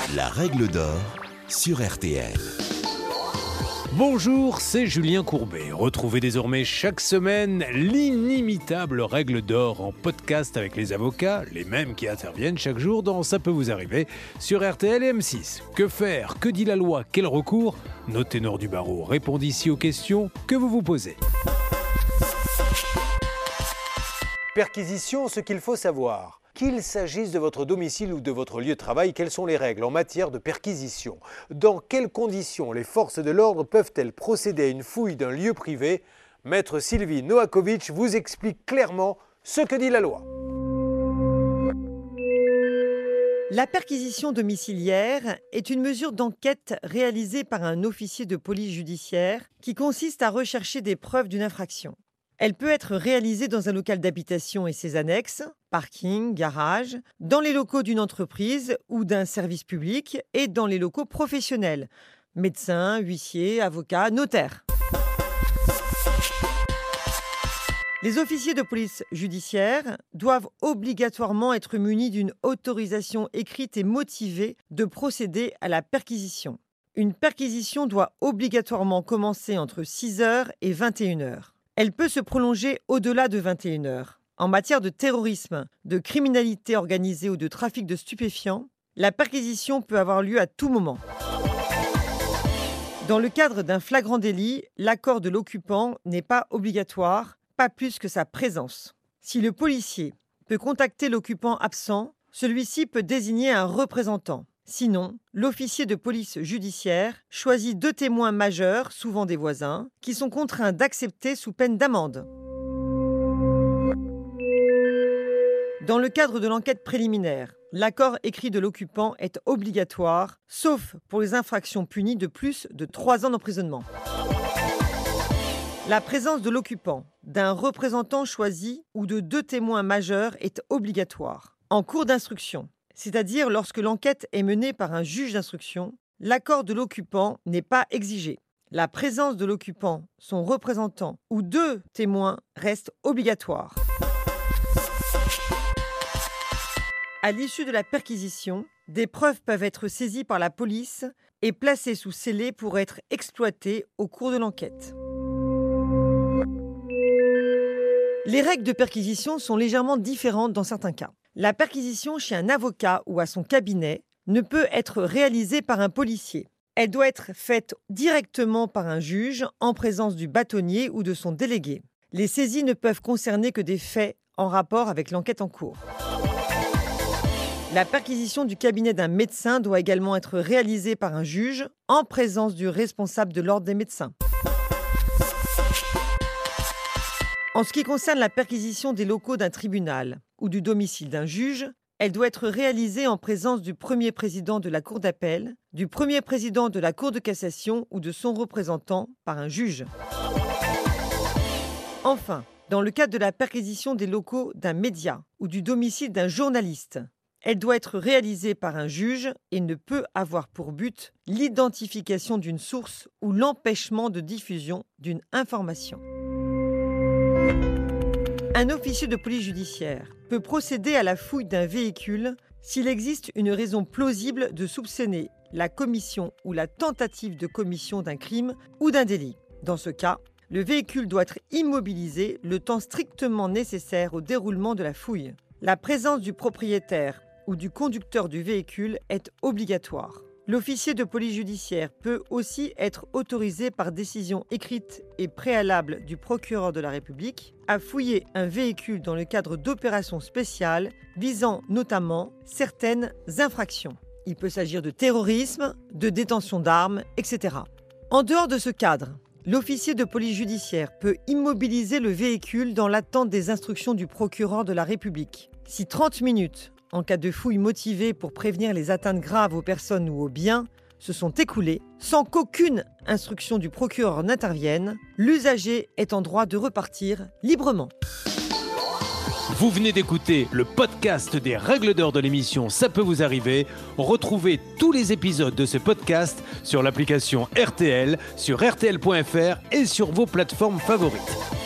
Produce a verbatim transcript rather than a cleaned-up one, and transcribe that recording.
La règle d'or sur R T L. Bonjour, c'est Julien Courbet. Retrouvez désormais chaque semaine l'inimitable règle d'or en podcast avec les avocats, les mêmes qui interviennent chaque jour dans Ça peut vous arriver sur R T L et M six. Que faire? Que dit la loi? Quel recours? Nos ténors du barreau répondent ici aux questions que vous vous posez. Perquisition, ce qu'il faut savoir. Qu'il s'agisse de votre domicile ou de votre lieu de travail, quelles sont les règles en matière de perquisition? Dans quelles conditions les forces de l'ordre peuvent-elles procéder à une fouille d'un lieu privé? Maître Sylvie Noakovic vous explique clairement ce que dit la loi. La perquisition domiciliaire est une mesure d'enquête réalisée par un officier de police judiciaire qui consiste à rechercher des preuves d'une infraction. Elle peut être réalisée dans un local d'habitation et ses annexes, parking, garage, dans les locaux d'une entreprise ou d'un service public et dans les locaux professionnels, médecins, huissiers, avocats, notaires. Les officiers de police judiciaire doivent obligatoirement être munis d'une autorisation écrite et motivée de procéder à la perquisition. Une perquisition doit obligatoirement commencer entre six heures et vingt et une heures. Elle peut se prolonger au-delà de vingt et une heures. En matière de terrorisme, de criminalité organisée ou de trafic de stupéfiants, la perquisition peut avoir lieu à tout moment. Dans le cadre d'un flagrant délit, l'accord de l'occupant n'est pas obligatoire, pas plus que sa présence. Si le policier peut contacter l'occupant absent, celui-ci peut désigner un représentant. Sinon, l'officier de police judiciaire choisit deux témoins majeurs, souvent des voisins, qui sont contraints d'accepter sous peine d'amende. Dans le cadre de l'enquête préliminaire, l'accord écrit de l'occupant est obligatoire, sauf pour les infractions punies de plus de trois ans d'emprisonnement. La présence de l'occupant, d'un représentant choisi ou de deux témoins majeurs est obligatoire. En cours d'instruction, c'est-à-dire lorsque l'enquête est menée par un juge d'instruction, l'accord de l'occupant n'est pas exigé. La présence de l'occupant, son représentant ou deux témoins reste obligatoire. À l'issue de la perquisition, des preuves peuvent être saisies par la police et placées sous scellé pour être exploitées au cours de l'enquête. Les règles de perquisition sont légèrement différentes dans certains cas. La perquisition chez un avocat ou à son cabinet ne peut être réalisée par un policier. Elle doit être faite directement par un juge en présence du bâtonnier ou de son délégué. Les saisies ne peuvent concerner que des faits en rapport avec l'enquête en cours. La perquisition du cabinet d'un médecin doit également être réalisée par un juge en présence du responsable de l'ordre des médecins. En ce qui concerne la perquisition des locaux d'un tribunal ou du domicile d'un juge, elle doit être réalisée en présence du premier président de la cour d'appel, du premier président de la cour de cassation ou de son représentant par un juge. Enfin, dans le cadre de la perquisition des locaux d'un média ou du domicile d'un journaliste, elle doit être réalisée par un juge et ne peut avoir pour but l'identification d'une source ou l'empêchement de diffusion d'une information. Un officier de police judiciaire peut procéder à la fouille d'un véhicule s'il existe une raison plausible de soupçonner la commission ou la tentative de commission d'un crime ou d'un délit. Dans ce cas, le véhicule doit être immobilisé le temps strictement nécessaire au déroulement de la fouille. La présence du propriétaire ou du conducteur du véhicule est obligatoire. L'officier de police judiciaire peut aussi être autorisé par décision écrite et préalable du procureur de la République à fouiller un véhicule dans le cadre d'opérations spéciales visant notamment certaines infractions. Il peut s'agir de terrorisme, de détention d'armes, et cetera. En dehors de ce cadre, l'officier de police judiciaire peut immobiliser le véhicule dans l'attente des instructions du procureur de la République. Si trente minutes en cas de fouille motivée pour prévenir les atteintes graves aux personnes ou aux biens, se sont écoulées sans qu'aucune instruction du procureur n'intervienne, l'usager est en droit de repartir librement. Vous venez d'écouter le podcast des règles d'or de l'émission Ça peut vous arriver. Retrouvez tous les épisodes de ce podcast sur l'application R T L, sur R T L point F R et sur vos plateformes favorites.